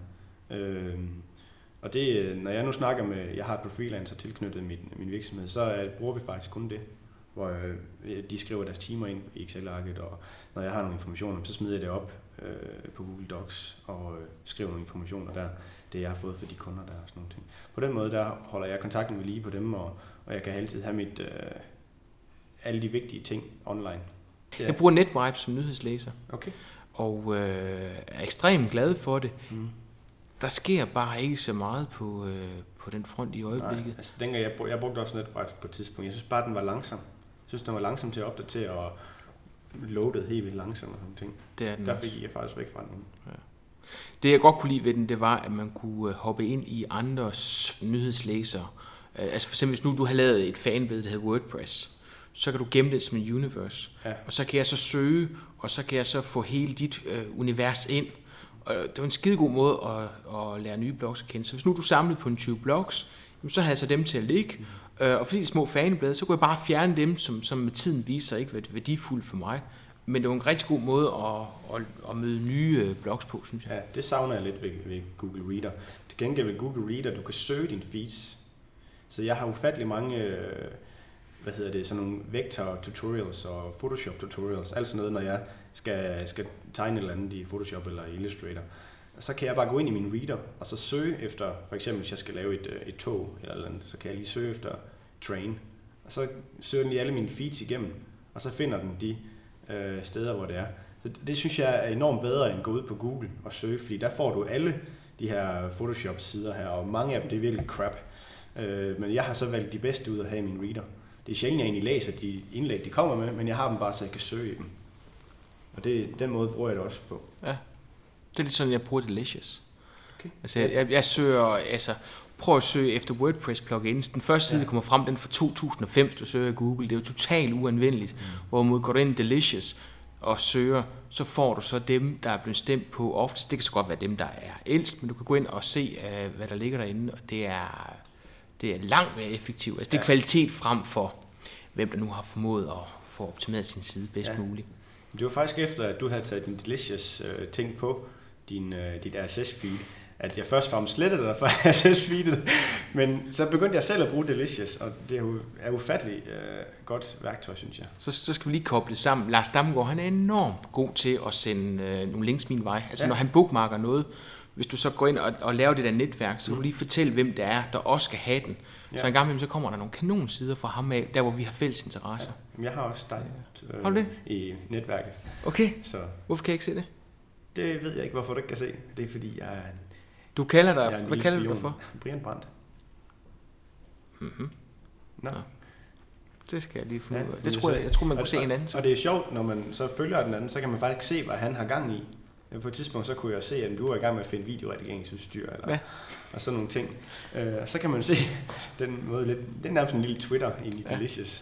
Speaker 3: Og det, når jeg nu snakker med, jeg har et par freelancer tilknyttet min virksomhed, så bruger vi faktisk kun det, hvor de skriver deres timer ind i Excel-arket, og når jeg har nogle informationer, så smider jeg det op på Google Docs og skriver nogle informationer der, det jeg har fået for de kunder der og sådan nogle ting. På den måde, der holder jeg kontakten ved lige på dem, og jeg kan altid have alle de vigtige ting online. Ja.
Speaker 4: Jeg bruger NetVibes som nyhedslæser,
Speaker 3: Okay.
Speaker 4: og er ekstremt glad for det. Der sker bare ikke så meget på den front i øjeblikket.
Speaker 3: Nej, altså dengang jeg brugte også NetVibes på et tidspunkt. Jeg synes bare, den var langsom. Jeg synes, den var langsom til at opdatere og loaded helt vildt langsomt og sådan ting.
Speaker 4: Det er den
Speaker 3: Derfor gik jeg faktisk væk fra den.
Speaker 4: Ja. Det jeg godt kunne lide ved den, det var, at man kunne hoppe ind i andres nyhedslæsere. Altså for eksempel, hvis nu du har lavet et fanblad, der hedder WordPress, så kan du gemme det som en universe.
Speaker 3: Ja.
Speaker 4: Og så kan jeg så søge, og så kan jeg så få hele dit univers ind. Og det var en skidegod måde at lære nye blogs at kende. Så hvis nu du samlede på en 20 blogs, så havde jeg så dem til at ligge. Og fordi de små fanblade, så kunne jeg bare fjerne dem, som med tiden viser ikke værdifuldt for mig. Men det var en rigtig god måde at møde nye blogs på, synes jeg.
Speaker 3: Ja, det savner jeg lidt ved Google Reader. Til gengæld ved Google Reader, du kan søge dine feeds. Så jeg har ufattelig mange, sådan nogle vektor tutorials og Photoshop tutorials, alt sådan noget, når jeg skal tegne et eller andet i Photoshop eller Illustrator. Så kan jeg bare gå ind i min reader, og så søge efter, for eksempel hvis jeg skal lave et tog eller andet, så kan jeg lige søge efter train. Og så søger den lige alle mine feeds igennem, og så finder den de steder, hvor det er. Så det synes jeg er enormt bedre end at gå ud på Google og søge, fordi der får du alle de her Photoshop-sider her, og mange af dem, det er virkelig crap. Men jeg har så valgt de bedste ud at have i min reader. Det er sjældent, jeg egentlig læser de indlæg, de kommer med, men jeg har dem bare, så jeg kan søge i dem. Og den måde bruger jeg det også på.
Speaker 4: Ja, det er lidt sådan, jeg bruger Delicious.
Speaker 3: Okay.
Speaker 4: Altså, jeg søger, prøv at søge efter WordPress plugins. Den første side, der kommer frem, den fra 2005, du søger i Google. Det er jo totalt uanvendeligt. Hvorimod går du ind i Delicious og søger, så får du så dem, der er blevet stemt på oftest. Det kan så godt være dem, der er ældst, men du kan gå ind og se, hvad der ligger derinde, og det er langt mere effektivt. Altså, det er kvalitet frem for, hvem der nu har formået at få optimeret sin side bedst muligt.
Speaker 3: Det var faktisk efter, at du havde taget din Delicious ting på dit RSS-feed, at jeg først var slettede dig fra RSS-feedet, men så begyndte jeg selv at bruge Delicious, og det er ufatteligt godt værktøj, synes jeg.
Speaker 4: Så skal vi lige koble det sammen. Lars Damgaard, han er enormt god til at sende nogle links min vej. Altså når han bookmarker noget, hvis du så går ind og laver det der netværk, så kan du lige fortælle, hvem det er, der også skal have den. Så en gang imellem, så kommer der nogle kanonsider fra ham af, der hvor vi har fælles interesser.
Speaker 3: Ja. Jeg har også dig i netværket.
Speaker 4: Okay,
Speaker 3: så
Speaker 4: hvorfor kan jeg ikke se det?
Speaker 3: Det ved jeg ikke, hvorfor du ikke kan se. Det er fordi, jeg er
Speaker 4: du kalder dig, hvad kalder du dig for?
Speaker 3: Brian Brandt.
Speaker 4: Mhm.
Speaker 3: Nå.
Speaker 4: Det skal jeg lige finde ud af. Jeg tror, man kunne se en anden.
Speaker 3: Og det er sjovt, når man så følger den anden, så kan man faktisk se, hvad han har gang i. På et tidspunkt så kunne jeg se, at du er i gang med at finde videoredigeringsudstyr og sådan nogle ting. Så kan man se den måde lidt. Det er nærmest en lille Twitter i Delicious.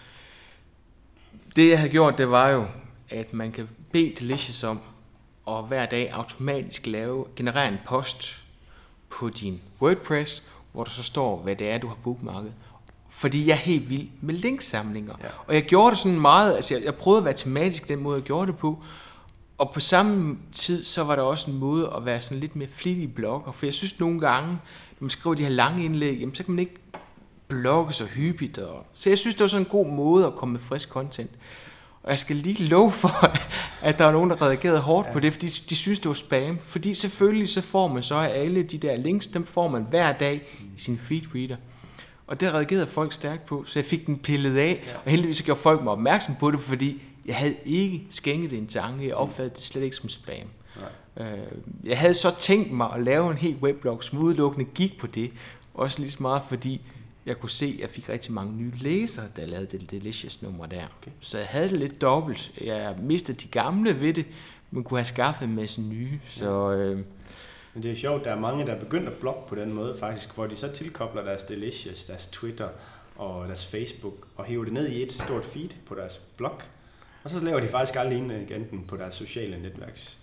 Speaker 4: Det jeg havde gjort, det var jo, at man kan bede Delicious om at hver dag automatisk generere en post på din WordPress, hvor der så står, hvad det er, du har bookmarket. Fordi jeg er helt vild med linksamlinger. Ja. Og jeg gjorde det sådan meget, altså jeg prøvede at være tematisk den måde, jeg gjorde det på. Og på samme tid, så var der også en måde at være sådan lidt mere flittig blogger. For jeg synes nogle gange, når man skriver de her lange indlæg, jamen, så kan man ikke blogge så hyppigt. Så jeg synes, det var sådan en god måde at komme med frisk content. Og jeg skal lige love for, at der var nogen, der reagerede hårdt på det, fordi de synes, det var spam. Fordi selvfølgelig så får man så alle de der links, dem får man hver dag i sin feedreader. Og det reagerede folk stærkt på, så jeg fik den pillet af. Og heldigvis så gjorde folk mig opmærksom på det, fordi jeg havde ikke skænket det en tanke. Jeg opfattede det slet ikke som spam. Jeg havde så tænkt mig at lave en helt weblog, som udelukkende gik på det. Også lige så meget, fordi jeg kunne se, at jeg fik rigtig mange nye læsere, der lavede det Delicious-nummer der. Okay. Så jeg havde det lidt dobbelt. Jeg mistede de gamle ved det, men kunne have skaffet en masse nye. Så,
Speaker 3: Men det er sjovt, der er mange, der er begyndt at blogge på den måde faktisk, hvor de så tilkobler deres Delicious, deres Twitter og deres Facebook, og hæver det ned i et stort feed på deres blog. Og så laver de faktisk aldrig indlæg på deres sociale netværks.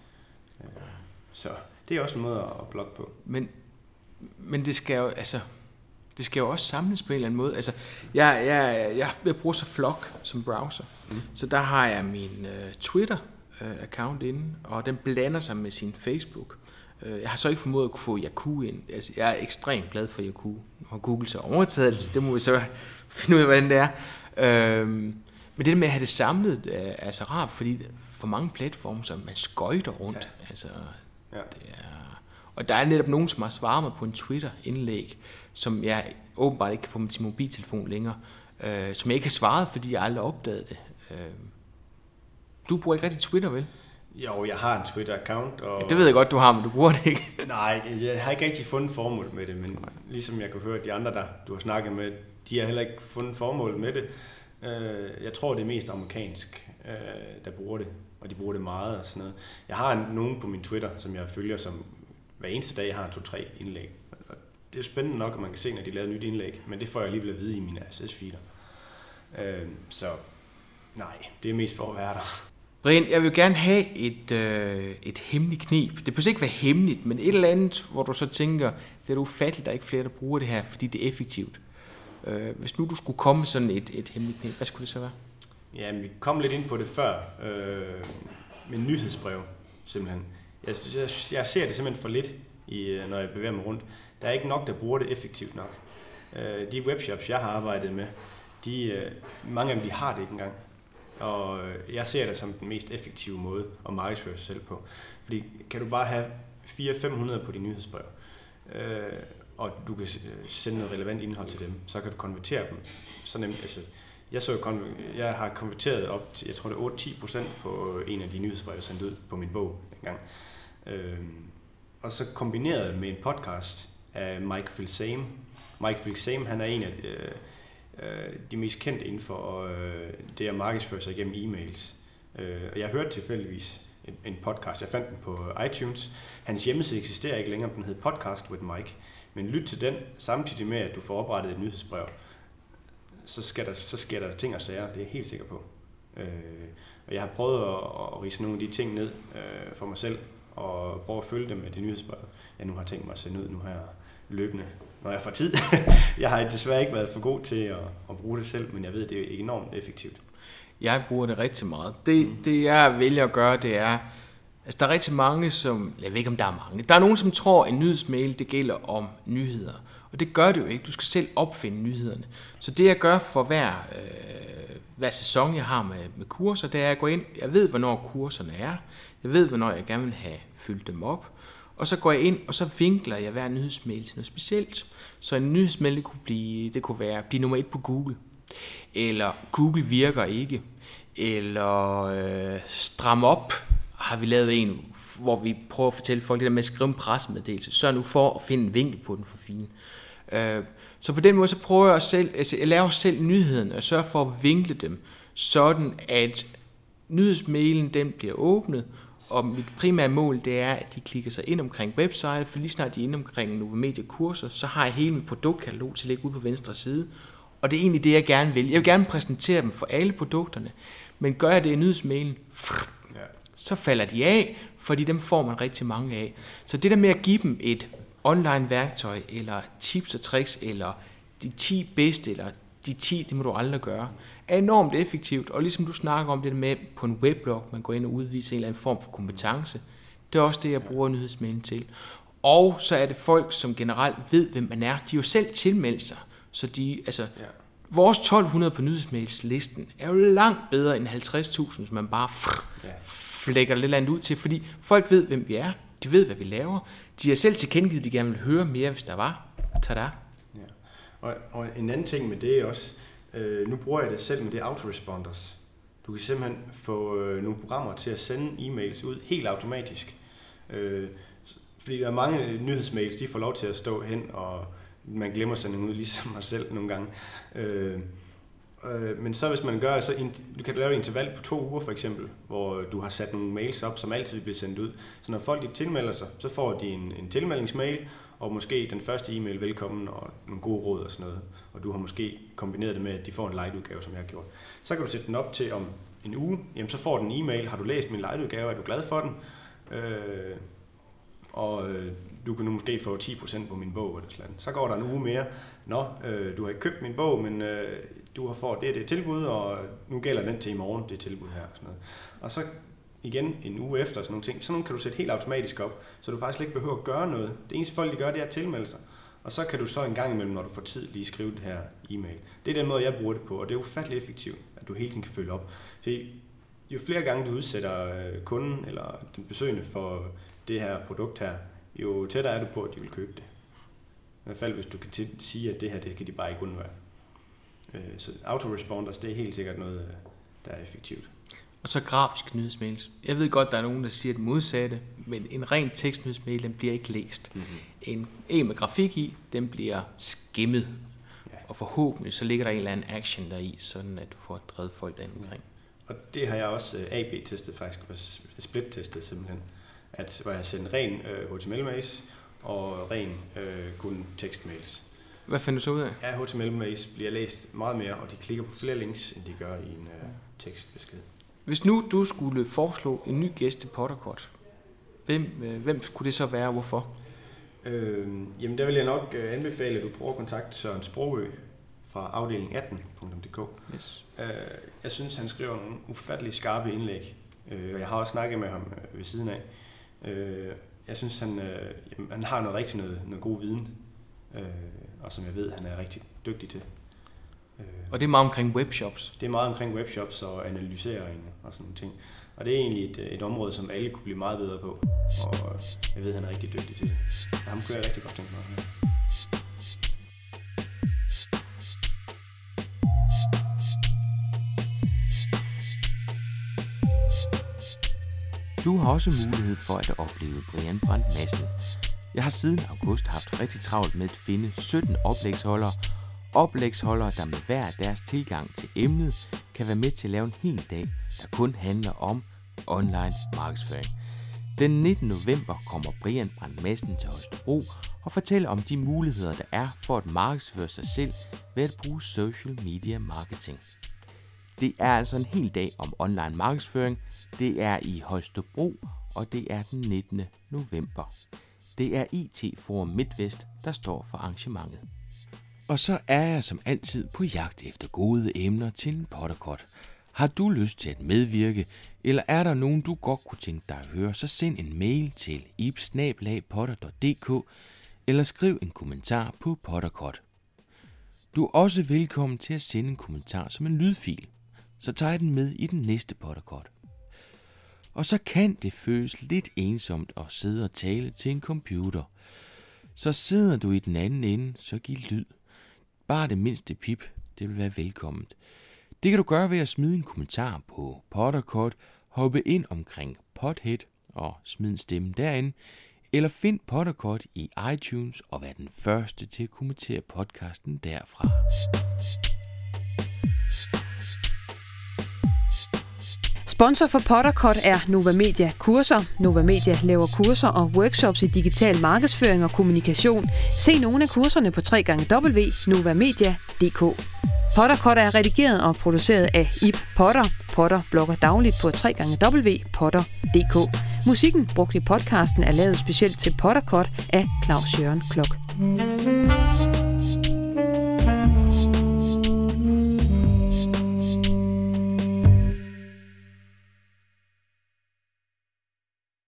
Speaker 3: Så det er også en måde at blogge på.
Speaker 4: Men det skal jo, altså, det skal jo også samles på en eller anden måde. Altså, jeg bruger så Flock som browser, så der har jeg min Twitter-account inde, og den blander sig med sin Facebook. Jeg har så ikke formået at kunne få Yahoo ind. Altså, jeg er ekstremt glad for Yahoo, og Google så overtaget, så det må vi så finde ud af, hvordan det er. Men det med at have det samlet er så rart, fordi for mange platforme, så man skøjter rundt. Ja. Altså, det er, og der er netop nogen, som har svaret mig på en Twitter-indlæg, som jeg åbenbart ikke kan få med sin mobiltelefon længere, som jeg ikke har svaret, fordi jeg aldrig opdagede det. Du bruger ikke rigtig Twitter, vel?
Speaker 3: Jo, jeg har en Twitter-account. Og...
Speaker 4: Ja, det ved jeg godt, du har, men du bruger det ikke.
Speaker 3: Nej, jeg har ikke rigtig fundet formål med det, men ligesom jeg kunne høre, de andre, der du har snakket med, de har heller ikke fundet formål med det. Jeg tror, det er mest amerikansk, der bruger det, og de bruger det meget og sådan noget. Jeg har nogen på min Twitter, som jeg følger, som hver eneste dag har 2-3 indlæg. Og det er spændende nok, at man kan se, når de laver et nyt indlæg, men det får jeg alligevel at vide i mine RSS-feeder. Så nej, det er mest for at være der.
Speaker 4: Brian, jeg vil gerne have et hemmeligt knep. Det behøver ikke være hemmeligt, men et eller andet, hvor du så tænker, det er ufatteligt, der er ikke flere, der bruger det her, fordi det er effektivt. Hvis nu du skulle komme med sådan et hemmeligt knep, hvad skulle det så være?
Speaker 3: Ja, vi kom lidt ind på det før, med nyhedsbrev, simpelthen. Jeg ser det simpelthen for lidt, når jeg bevæger mig rundt. Der er ikke nok, der bruger det effektivt nok. De webshops, jeg har arbejdet med, mange af dem, de har det ikke engang. Og jeg ser det som den mest effektive måde at markedsføre sig selv på. Fordi kan du bare have 400-500 på dine nyhedsbrev, og du kan sende noget relevant indhold til dem, så kan du konvertere dem. Så nemt, altså, jeg har konverteret op til, jeg tror det er 8-10% på en af de nyhedsbrev, jeg sendte ud på min bog engang. Og så kombineret med en podcast af Mike Filsaime. Mike Filsaime, han er en af de mest kendte inden for det at markedsføre sig igennem e-mails. Og jeg hørte tilfældigvis en podcast, jeg fandt den på iTunes. Hans hjemmeside eksisterer ikke længere, den hed Podcast with Mike. Men lyt til den, samtidig med at du får oprettet et nyhedsbrev, så sker der ting og sager, det er jeg helt sikker på. Og jeg har prøvet at ridse nogle af de ting ned for mig selv, og prøve at følge dem med de nyhedsbrev, jeg nu har tænkt mig at sende ud nu her løbende, når jeg får tid. Jeg har desværre ikke været for god til at bruge det selv, men jeg ved, det er enormt effektivt.
Speaker 4: Jeg bruger det rigtig meget. Det jeg vælger at gøre, det er, altså der er rigtig mange, som, jeg ved ikke om der er mange, der er nogen, som tror, at en nyhedsmail, det gælder om nyheder. Og det gør det jo ikke. Du skal selv opfinde nyhederne. Så det jeg gør for hver sæson, jeg har med kurser, det er, at jeg går ind, jeg ved, hvornår kurserne er. Jeg ved, hvornår jeg gerne vil have fyldt dem op. Og så går jeg ind, og så vinkler jeg hver nyhedsmail til noget specielt. Så en nyhedsmail, det kunne være, blive nummer 1 på Google. Eller Google virker ikke. Eller stram op, har vi lavet en, hvor vi prøver at fortælle folk det der med at skrive en pressemeddelelse. Så nu for at finde en vinkel på den for fine. Så på den måde, så prøver jeg selv, altså jeg laver selv nyhederne, og sørger for at vinkle dem, sådan at nyhedsmailen, den bliver åbnet, og mit primære mål, det er, at de klikker sig ind omkring website, for lige snart de er inde omkring Nova Media kurser, så har jeg hele mit produktkatalog til at lægge ud på venstre side. Og det er egentlig det, jeg gerne vil. Jeg vil gerne præsentere dem for alle produkterne, men gør jeg det i nyhedsmailen, så falder de af, fordi dem får man rigtig mange af. Så det der med at give dem et online værktøj, eller tips og tricks, eller de 10 bedste, eller de 10, det må du aldrig gøre, er enormt effektivt. Og ligesom du snakker om det med på en weblog, man går ind og udviser en eller anden form for kompetence, det er også det, jeg bruger nyhedsmailen til. Og så er det folk, som generelt ved, hvem man er. De er jo selv tilmeldt sig, så vores 1200 på nyhedsmailslisten er jo langt bedre end 50.000, som man bare flækker lidt andet ud til, fordi folk ved, hvem vi er. De ved, hvad vi laver. De har selv tilkendegivet, de gerne vil høre mere, hvis der var. Tada!
Speaker 3: Ja. Og en anden ting med det er også, nu bruger jeg det selv med det autoresponders. Du kan simpelthen få nogle programmer til at sende e-mails ud helt automatisk. Fordi der er mange nyhedsmails, de får lov til at stå hen, og man glemmer at sende dem ud, ligesom mig selv nogle gange. Men så hvis man gør, så du kan lave et interval på 2 uger for eksempel, hvor du har sat nogle mails op, som altid bliver sendt ud. Så når folk de tilmelder sig, så får de en tilmeldingsmail, og måske den første e-mail velkommen, og nogle gode råd og sådan noget. Og du har måske kombineret det med, at de får en light-udgave, som jeg har gjort. Så kan du sætte den op til om en uge, jamen så får den en e-mail, har du læst min light-udgave, er du glad for den? Du kan nu måske få 10% på min bog, eller sådan. Så går der en uge mere. Du har ikke købt min bog, men du har fået det tilbud, og nu gælder den til i morgen, det tilbud her. Og sådan noget. Og så igen en uge efter, sådan nogle ting. Sådan nogle kan du sætte helt automatisk op, så du faktisk ikke behøver at gøre noget. Det eneste folk, de gør, det er at tilmelde sig. Og så kan du så en gang imellem, når du får tid, lige skrive det her e-mail. Det er den måde, jeg bruger det på, og det er ufattelig effektivt, at du hele tiden kan følge op. Så jo flere gange du udsætter kunden eller den besøgende for det her produkt her, jo tættere er du på, at de vil købe det. I hvert fald, hvis du kan sige, at det her, det kan de bare ikke undvære. Så autoresponders, det er helt sikkert noget, der er effektivt.
Speaker 4: Og så grafisk nyhedsmails. Jeg ved godt, der er nogen, der siger det modsatte, men en ren tekstnyhedsmail, den bliver ikke læst. En med grafik i, den bliver skimmet. Og forhåbentlig så ligger der en eller anden action der i, sådan at du får drevet folk derinde omkring.
Speaker 3: Og det har jeg også AB-testet faktisk, split-testet simpelthen. Hvor jeg har sendt ren HTML-mails og ren kun tekstmails.
Speaker 4: Hvad fandt du så ud af?
Speaker 3: Ja, HTML-mails bliver læst meget mere, og de klikker på flere links, end de gør i en tekstbesked.
Speaker 4: Hvis nu du skulle foreslå en ny gæst til Potterkort, hvem kunne det så være, og hvorfor?
Speaker 3: Jamen der vil jeg nok anbefale, at du prøver at kontakte Søren Sprogø fra afdeling18.dk.
Speaker 4: Yes.
Speaker 3: Jeg synes, han skriver nogle ufattelig skarpe indlæg, og jeg har også snakket med ham ved siden af. Jeg synes, han har noget god viden, og som jeg ved, han er rigtig dygtig til.
Speaker 4: Og det er meget omkring webshops? Det
Speaker 3: er meget omkring webshops og analysering og sådan nogle ting. Og det er egentlig et område, som alle kunne blive meget bedre på. Og jeg ved, han er rigtig dygtig til det. Og ham kunne jeg rigtig godt tænke mig.
Speaker 2: Du har også mulighed for at opleve Brian Brandt Madsen. Jeg har siden august haft rigtig travlt med at finde 17 oplægsholdere, der med hver deres tilgang til emnet kan være med til at lave en hel dag, der kun handler om online markedsføring. Den 19. november kommer Brian Brandt Madsen til Holstebro og fortæller om de muligheder, der er for at markedsføre sig selv ved at bruge social media marketing. Det er altså en hel dag om online markedsføring. Det er i Holstebro, og det er den 19. november. Det er IT Forum MidtVest, der står for arrangementet. Og så er jeg som altid på jagt efter gode emner til en Potterkort. Har du lyst til at medvirke, eller er der nogen, du godt kunne tænke dig at høre, så send en mail til ib@potter.dk eller skriv en kommentar på Potterkort. Du er også velkommen til at sende en kommentar som en lydfil, så tager jeg den med i den næste Potterkort. Og så kan det føles lidt ensomt at sidde og tale til en computer. Så sidder du i den anden ende, så giv lyd. Bare det mindste pip, det vil være velkomment. Det kan du gøre ved at smide en kommentar på Potterkort, hoppe ind omkring Pothead og smid en stemme derinde, eller find Potterkort i iTunes og vær den første til at kommentere podcasten derfra.
Speaker 1: Sponsor for Potterkort er Nova Media Kurser. Nova Media laver kurser og workshops i digital markedsføring og kommunikation. Se nogle af kurserne på www.novamedia.dk. Potterkort er redigeret og produceret af Ib Potter. Potter blogger dagligt på www.potter.dk. Musikken brugt i podcasten er lavet specielt til Potterkort af Claus Jørgen Klok.